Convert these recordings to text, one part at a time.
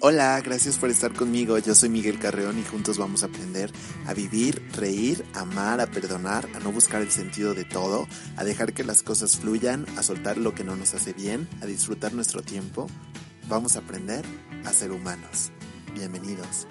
Hola, gracias por estar conmigo. Yo soy Miguel Carreón y juntos vamos a aprender a vivir, reír, amar, a perdonar, a no buscar el sentido de todo, a dejar que las cosas fluyan, a soltar lo que no nos hace bien, a disfrutar nuestro tiempo. Vamos a aprender a ser humanos. Bienvenidos.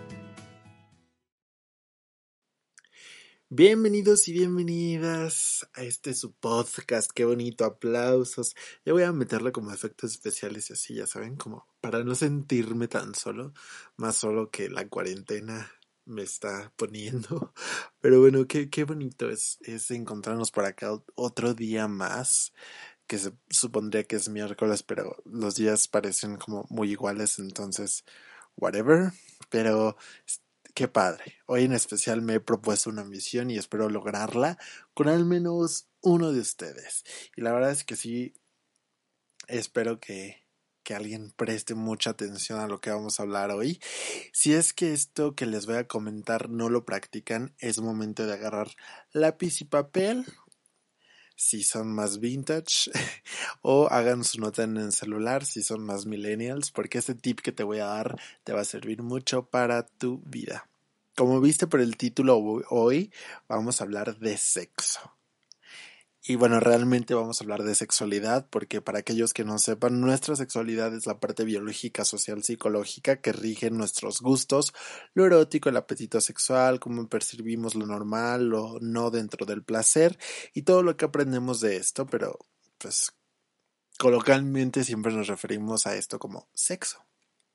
Bienvenidos y bienvenidas a su podcast. Qué bonito, aplausos. Yo voy a meterle como efectos especiales y así, ya saben, como para no sentirme tan solo, más solo que la cuarentena me está poniendo. Pero bueno, qué bonito es encontrarnos por acá otro día más, que se supondría que es miércoles, pero los días parecen como muy iguales, entonces, whatever. Pero qué padre. Hoy en especial me he propuesto una misión y espero lograrla con al menos uno de ustedes. Y la verdad es que sí, espero que alguien preste mucha atención a lo que vamos a hablar hoy. Si es que esto que les voy a comentar no lo practican, es momento de agarrar lápiz y papel, si son más vintage, o hagan su nota en el celular si son más millennials, porque este tip que te voy a dar te va a servir mucho para tu vida. Como viste por el título, hoy vamos a hablar de sexo. Y bueno, realmente vamos a hablar de sexualidad porque para aquellos que no sepan, nuestra sexualidad es la parte biológica, social, psicológica que rige nuestros gustos, lo erótico, el apetito sexual, cómo percibimos lo normal, lo no dentro del placer y todo lo que aprendemos de esto, pero pues coloquialmente siempre nos referimos a esto como sexo.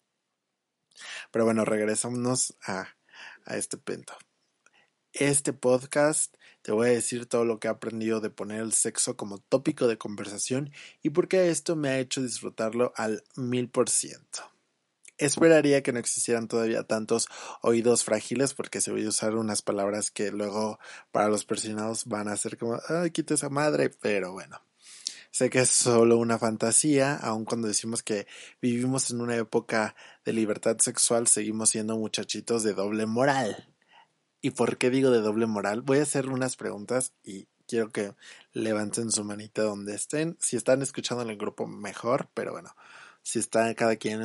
Pero bueno, regresamos a este punto. Este podcast te voy a decir todo lo que he aprendido de poner el sexo como tópico de conversación y por qué esto me ha hecho disfrutarlo al 1000%. Esperaría que no existieran todavía tantos oídos frágiles porque se voy a usar unas palabras que luego para los persinados van a ser como, ay, quita esa madre, pero bueno. Sé que es solo una fantasía, aun cuando decimos que vivimos en una época de libertad sexual, seguimos siendo muchachitos de doble moral. ¿Y por qué digo de doble moral? Voy a hacer unas preguntas y quiero que levanten su manita donde estén. Si están escuchando en el grupo, mejor, pero bueno, si está cada quien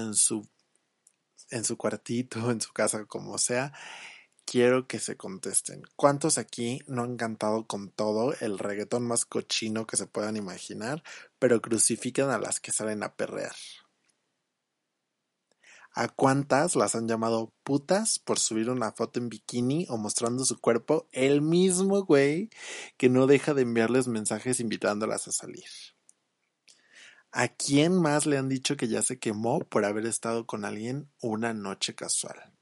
en su cuartito, en su casa, como sea, quiero que se contesten. ¿Cuántos aquí no han cantado con todo el reggaetón más cochino que se puedan imaginar, pero crucifican a las que salen a perrear? ¿A cuántas las han llamado putas por subir una foto en bikini o mostrando su cuerpo? El mismo güey que no deja de enviarles mensajes invitándolas a salir. ¿A quién más le han dicho que ya se quemó por haber estado con alguien una noche casual?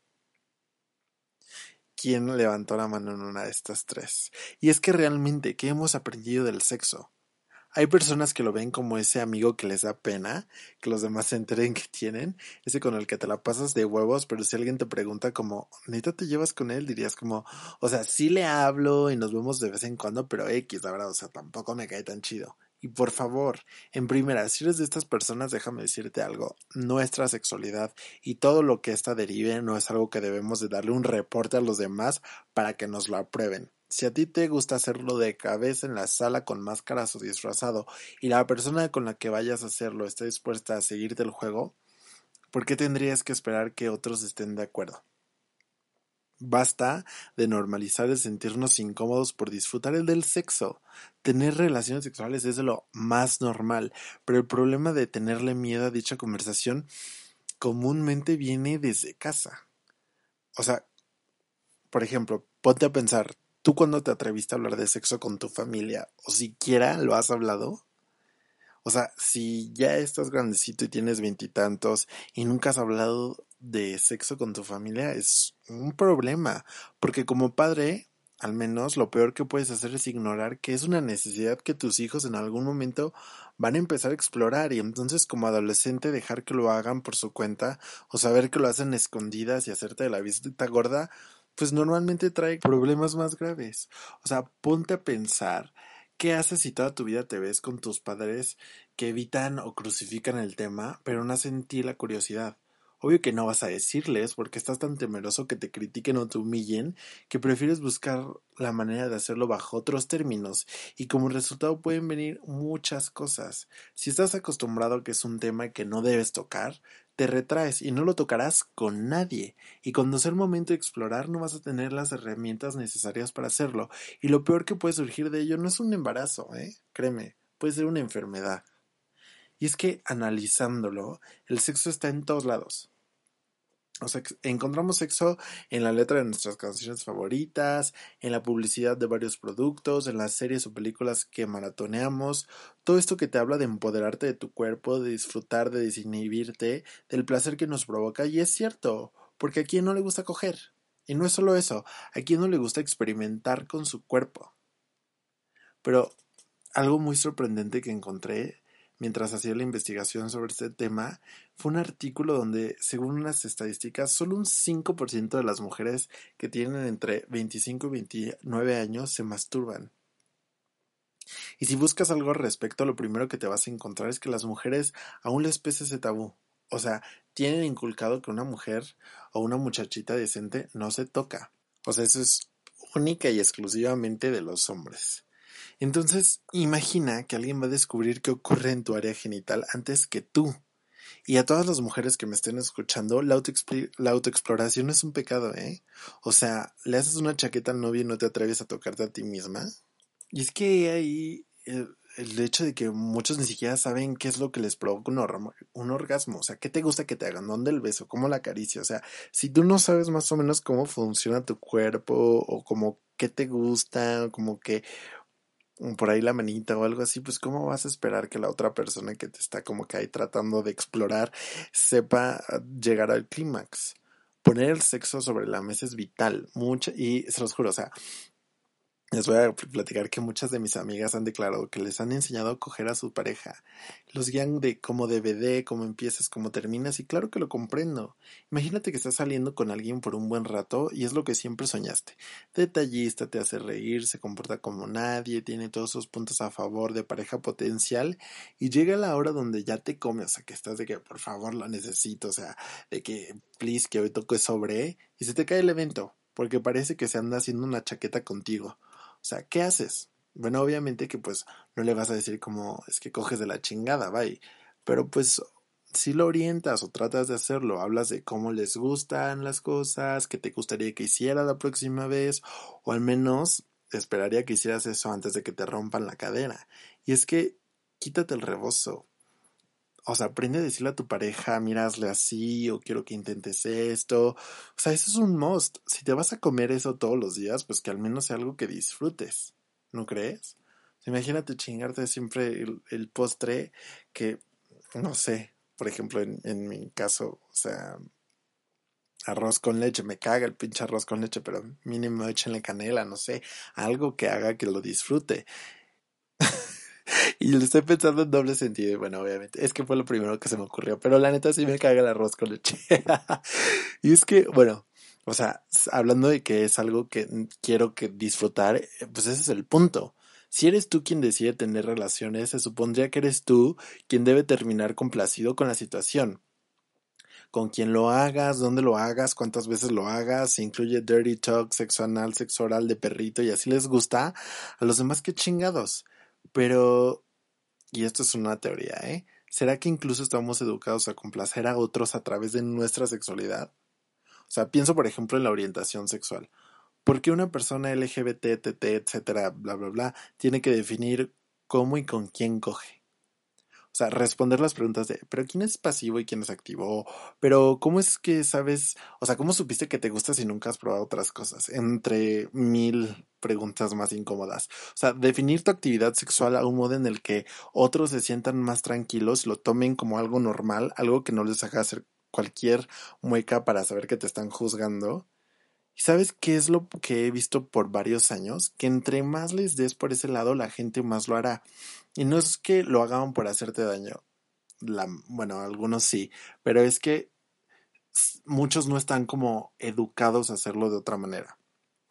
¿Quién levantó la mano en una de estas tres? Y es que realmente, ¿qué hemos aprendido del sexo? Hay personas que lo ven como ese amigo que les da pena, que los demás se enteren que tienen, ese con el que te la pasas de huevos, pero si alguien te pregunta como, ¿neta te llevas con él? Dirías como, o sea, sí le hablo y nos vemos de vez en cuando, pero X, la verdad, o sea, tampoco me cae tan chido. Y por favor, en primera, si eres de estas personas, déjame decirte algo, nuestra sexualidad y todo lo que ésta derive no es algo que debemos de darle un reporte a los demás para que nos lo aprueben. Si a ti te gusta hacerlo de cabeza en la sala con máscaras o disfrazado y la persona con la que vayas a hacerlo está dispuesta a seguirte el juego, ¿por qué tendrías que esperar que otros estén de acuerdo? Basta de normalizar el sentirnos incómodos por disfrutar el del sexo. Tener relaciones sexuales es de lo más normal, pero el problema de tenerle miedo a dicha conversación comúnmente viene desde casa. O sea, por ejemplo, ponte a pensar, ¿tú cuando te atreviste a hablar de sexo con tu familia o siquiera lo has hablado? O sea, si ya estás grandecito y tienes veintitantos y nunca has hablado de sexo con tu familia, es un problema, porque como padre, al menos lo peor que puedes hacer es ignorar que es una necesidad que tus hijos en algún momento van a empezar a explorar y entonces como adolescente dejar que lo hagan por su cuenta o saber que lo hacen escondidas y hacerte de la vista gorda, pues normalmente trae problemas más graves. O sea, ponte a pensar. ¿Qué haces si toda tu vida te ves con tus padres que evitan o crucifican el tema, pero nacen en ti la curiosidad? Obvio que no vas a decirles porque estás tan temeroso que te critiquen o te humillen que prefieres buscar la manera de hacerlo bajo otros términos y como resultado pueden venir muchas cosas. Si estás acostumbrado a que es un tema que no debes tocar, te retraes y no lo tocarás con nadie. Y cuando sea el momento de explorar no vas a tener las herramientas necesarias para hacerlo. Y lo peor que puede surgir de ello no es un embarazo, ¿eh? Créeme, puede ser una enfermedad. Y es que analizándolo, el sexo está en todos lados. O sea, encontramos sexo en la letra de nuestras canciones favoritas, en la publicidad de varios productos, en las series o películas que maratoneamos. Todo esto que te habla de empoderarte de tu cuerpo, de disfrutar, de desinhibirte, del placer que nos provoca. Y es cierto, porque a quien no le gusta coger. Y no es solo eso, a quien no le gusta experimentar con su cuerpo. Pero algo muy sorprendente que encontré mientras hacía la investigación sobre este tema fue un artículo donde, según unas estadísticas, solo un 5% de las mujeres que tienen entre 25 y 29 años se masturban. Y si buscas algo al respecto, lo primero que te vas a encontrar es que las mujeres aún les pesa ese tabú. O sea, tienen inculcado que una mujer o una muchachita decente no se toca. O sea, eso es única y exclusivamente de los hombres. Entonces, imagina que alguien va a descubrir qué ocurre en tu área genital antes que tú. Y a todas las mujeres que me estén escuchando, la autoexploración es un pecado, ¿eh? O sea, le haces una chaqueta al novio y no te atreves a tocarte a ti misma. Y es que ahí el hecho de que muchos ni siquiera saben qué es lo que les provoca un orgasmo. O sea, ¿qué te gusta que te hagan? ¿Dónde el beso? ¿Cómo la acaricia? O sea, si tú no sabes más o menos cómo funciona tu cuerpo o como qué te gusta, como que por ahí la manita o algo así, pues cómo vas a esperar que la otra persona que te está como que ahí tratando de explorar sepa llegar al clímax. Poner el sexo sobre la mesa es vital, mucho, y se los juro, o sea, les voy a platicar que muchas de mis amigas han declarado que les han enseñado a coger a su pareja. Los guían de cómo DVD, cómo empiezas, cómo terminas, y claro que lo comprendo. Imagínate que estás saliendo con alguien por un buen rato y es lo que siempre soñaste. Detallista, te hace reír, se comporta como nadie, tiene todos sus puntos a favor de pareja potencial, y llega la hora donde ya te come, o sea, que estás de que por favor lo necesito, o sea, de que please que hoy toque sobre, y se te cae el evento, porque parece que se anda haciendo una chaqueta contigo. O sea, ¿qué haces? Bueno, obviamente que pues no le vas a decir como es que coges de la chingada, bye. Pero pues si lo orientas o tratas de hacerlo, hablas de cómo les gustan las cosas, qué te gustaría que hiciera la próxima vez, o al menos esperaría que hicieras eso antes de que te rompan la cadera. Y es que quítate el rebozo. O sea, aprende a decirle a tu pareja, mira, hazle así, o quiero que intentes esto. O sea, eso es un must. Si te vas a comer eso todos los días, pues que al menos sea algo que disfrutes. ¿No crees? Imagínate chingarte siempre el postre que, no sé, por ejemplo, en mi caso, o sea, arroz con leche, me caga el pinche arroz con leche, pero mínimo échenle canela, no sé, algo que haga que lo disfrute. Y lo estoy pensando en doble sentido, y bueno, obviamente, es que fue lo primero que se me ocurrió, pero la neta sí me caga el arroz con leche. Y es que, bueno, o sea, hablando de que es algo que quiero que disfrutar, pues ese es el punto. Si eres tú quien decide tener relaciones, se supondría que eres tú quien debe terminar complacido con la situación. Con quién lo hagas, dónde lo hagas, cuántas veces lo hagas, si incluye dirty talk, sexo anal, sexo oral de perrito y así les gusta, a los demás qué chingados. Pero y esto es una teoría, ¿eh? ¿Será que incluso estamos educados a complacer a otros a través de nuestra sexualidad? O sea, pienso por ejemplo en la orientación sexual. ¿Por qué una persona LGBT, TT, etcétera, bla, bla, bla, tiene que definir cómo y con quién coge? O sea, responder las preguntas de, pero ¿quién es pasivo y quién es activo? Pero ¿cómo es que sabes? O sea, ¿cómo supiste que te gusta si nunca has probado otras cosas? Entre mil preguntas más incómodas. O sea, definir tu actividad sexual a un modo en el que otros se sientan más tranquilos y lo tomen como algo normal, algo que no les haga hacer cualquier mueca para saber que te están juzgando. ¿Y sabes qué es lo que he visto por varios años? Que entre más les des por ese lado, la gente más lo hará. Y no es que lo hagan por hacerte daño. Bueno, algunos sí, pero es que muchos no están como educados a hacerlo de otra manera.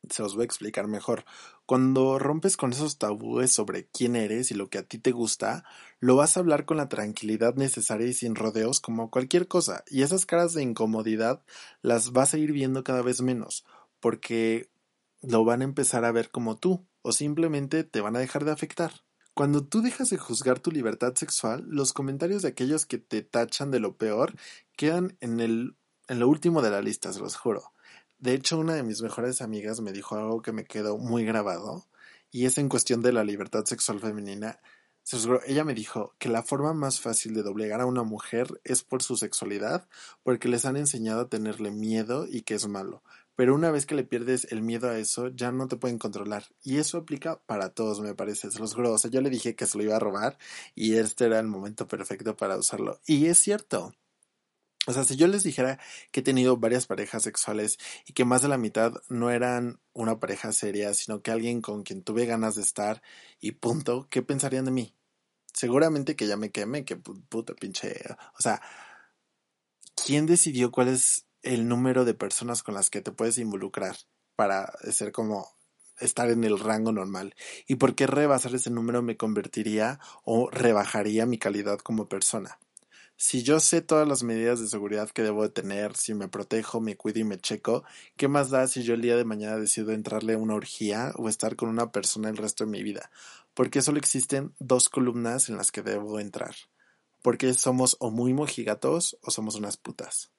Se los voy a explicar mejor. Cuando rompes con esos tabúes sobre quién eres y lo que a ti te gusta, lo vas a hablar con la tranquilidad necesaria y sin rodeos como cualquier cosa. Y esas caras de incomodidad las vas a ir viendo cada vez menos, porque lo van a empezar a ver como tú, o simplemente te van a dejar de afectar. Cuando tú dejas de juzgar tu libertad sexual, los comentarios de aquellos que te tachan de lo peor quedan en lo último de la lista, se los juro. De hecho, una de mis mejores amigas me dijo algo que me quedó muy grabado, y es en cuestión de la libertad sexual femenina. Se los juro, ella me dijo que la forma más fácil de doblegar a una mujer es por su sexualidad, porque les han enseñado a tenerle miedo y que es malo. Pero una vez que le pierdes el miedo a eso, ya no te pueden controlar. Y eso aplica para todos, me parece. Se los juro. O sea, yo le dije que se lo iba a robar y este era el momento perfecto para usarlo. Y es cierto. O sea, si yo les dijera que he tenido varias parejas sexuales y que más de la mitad no eran una pareja seria, sino que alguien con quien tuve ganas de estar y punto, ¿qué pensarían de mí? Seguramente que ya me queme, que puta pinche. O sea, ¿quién decidió cuál es el número de personas con las que te puedes involucrar para ser como estar en el rango normal? ¿Y por qué rebasar ese número me convertiría o rebajaría mi calidad como persona? Si yo sé todas las medidas de seguridad que debo de tener, si me protejo, me cuido y me checo, ¿qué más da si yo el día de mañana decido entrarle a una orgía o estar con una persona el resto de mi vida? Porque solo existen dos columnas en las que debo entrar. Porque somos o muy mojigatos o somos unas putas.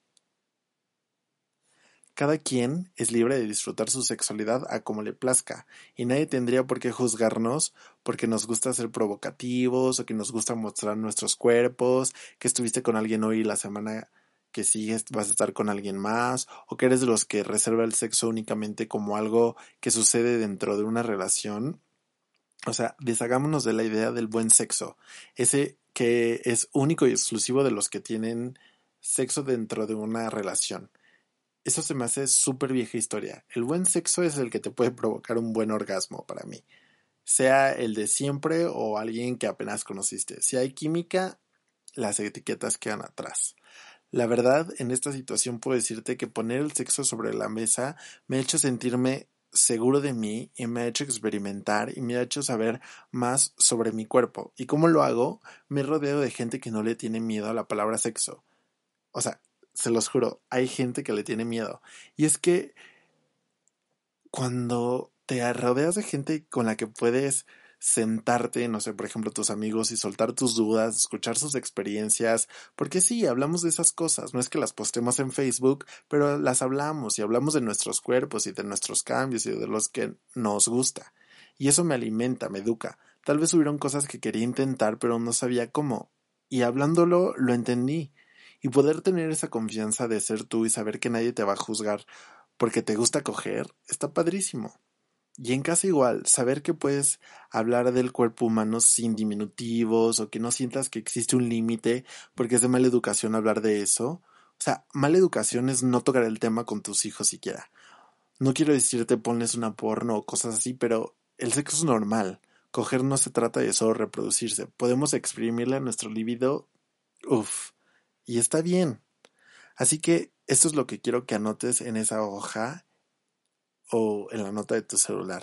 Cada quien es libre de disfrutar su sexualidad a como le plazca, y nadie tendría por qué juzgarnos porque nos gusta ser provocativos o que nos gusta mostrar nuestros cuerpos, que estuviste con alguien hoy y la semana que sigue vas a estar con alguien más, o que eres de los que reserva el sexo únicamente como algo que sucede dentro de una relación. O sea, deshagámonos de la idea del buen sexo, ese que es único y exclusivo de los que tienen sexo dentro de una relación. Eso se me hace súper vieja historia. El buen sexo es el que te puede provocar un buen orgasmo para mí. Sea el de siempre o alguien que apenas conociste. Si hay química, las etiquetas quedan atrás. La verdad, en esta situación puedo decirte que poner el sexo sobre la mesa me ha hecho sentirme seguro de mí y me ha hecho experimentar y me ha hecho saber más sobre mi cuerpo. ¿Y cómo lo hago? Me rodeo de gente que no le tiene miedo a la palabra sexo. O sea, se los juro, hay gente que le tiene miedo. Y es que cuando te rodeas de gente con la que puedes sentarte, no sé, por ejemplo, tus amigos y soltar tus dudas, escuchar sus experiencias, porque sí, hablamos de esas cosas, no es que las postemos en Facebook, pero las hablamos y hablamos de nuestros cuerpos y de nuestros cambios y de los que nos gusta. Y eso me alimenta, me educa. Tal vez hubieron cosas que quería intentar, pero no sabía cómo. Y hablándolo, lo entendí. Y poder tener esa confianza de ser tú y saber que nadie te va a juzgar porque te gusta coger, está padrísimo. Y en casa igual, saber que puedes hablar del cuerpo humano sin diminutivos o que no sientas que existe un límite porque es de mala educación hablar de eso. O sea, mala educación es no tocar el tema con tus hijos siquiera. No quiero decirte ponles una porno o cosas así, pero el sexo es normal. Coger no se trata de solo reproducirse. Podemos exprimirle a nuestro libido, uff, y está bien. Así que esto es lo que quiero que anotes en esa hoja o en la nota de tu celular.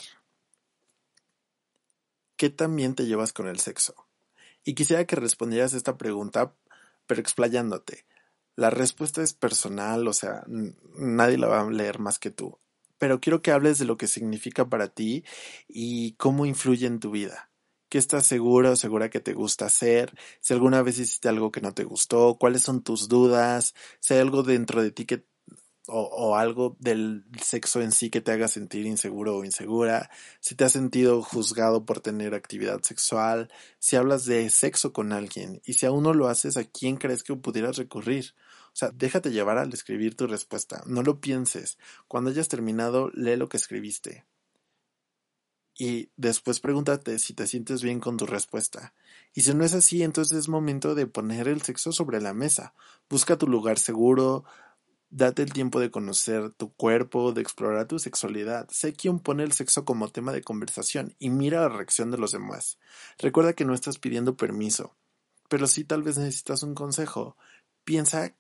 ¿Qué tan bien te llevas con el sexo? Y quisiera que respondieras esta pregunta, pero explayándote. La respuesta es personal, o sea, nadie la va a leer más que tú. Pero quiero que hables de lo que significa para ti y cómo influye en tu vida. ¿Qué estás segura o segura que te gusta hacer? Si alguna vez hiciste algo que no te gustó, ¿cuáles son tus dudas? Si hay algo dentro de ti que o algo del sexo en sí que te haga sentir inseguro o insegura, si te has sentido juzgado por tener actividad sexual, si hablas de sexo con alguien y si aún no lo haces, ¿a quién crees que pudieras recurrir? O sea, déjate llevar al escribir tu respuesta, no lo pienses. Cuando hayas terminado, lee lo que escribiste. Y después pregúntate si te sientes bien con tu respuesta. Y si no es así, entonces es momento de poner el sexo sobre la mesa. Busca tu lugar seguro. Date el tiempo de conocer tu cuerpo, de explorar tu sexualidad. Sé quién pone el sexo como tema de conversación y mira la reacción de los demás. Recuerda que no estás pidiendo permiso, pero sí tal vez necesitas un consejo. Piensa que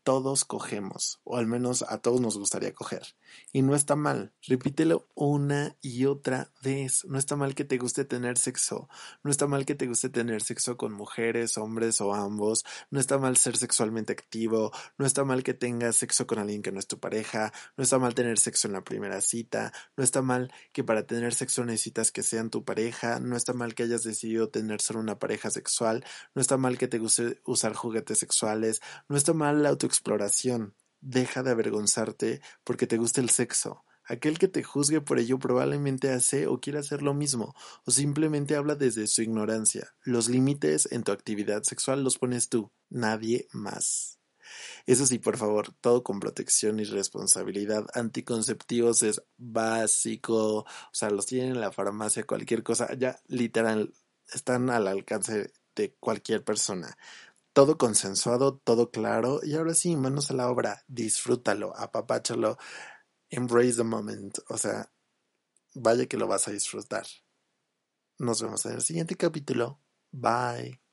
todos cogemos, o al menos a todos nos gustaría coger. Y no está mal, repítelo una y otra vez. No está mal que te guste tener sexo, no está mal que te guste tener sexo con mujeres, hombres o ambos, no está mal ser sexualmente activo, no está mal que tengas sexo con alguien que no es tu pareja, no está mal tener sexo en la primera cita, no está mal que para tener sexo necesitas que sean tu pareja, no está mal que hayas decidido tener solo una pareja sexual, no está mal que te guste usar juguetes sexuales, no está mal la autoexploración. Deja de avergonzarte porque te gusta el sexo. Aquel que te juzgue por ello probablemente hace o quiere hacer lo mismo, o simplemente habla desde su ignorancia. Los límites en tu actividad sexual los pones tú, nadie más. Eso sí, por favor, todo con protección y responsabilidad. Anticonceptivos es básico, o sea, los tienen en la farmacia, cualquier cosa, ya literal, están al alcance de cualquier persona. Todo consensuado, todo claro, y ahora sí, manos a la obra, disfrútalo, apapáchalo, embrace the moment, o sea, vaya que lo vas a disfrutar. Nos vemos en el siguiente capítulo. Bye.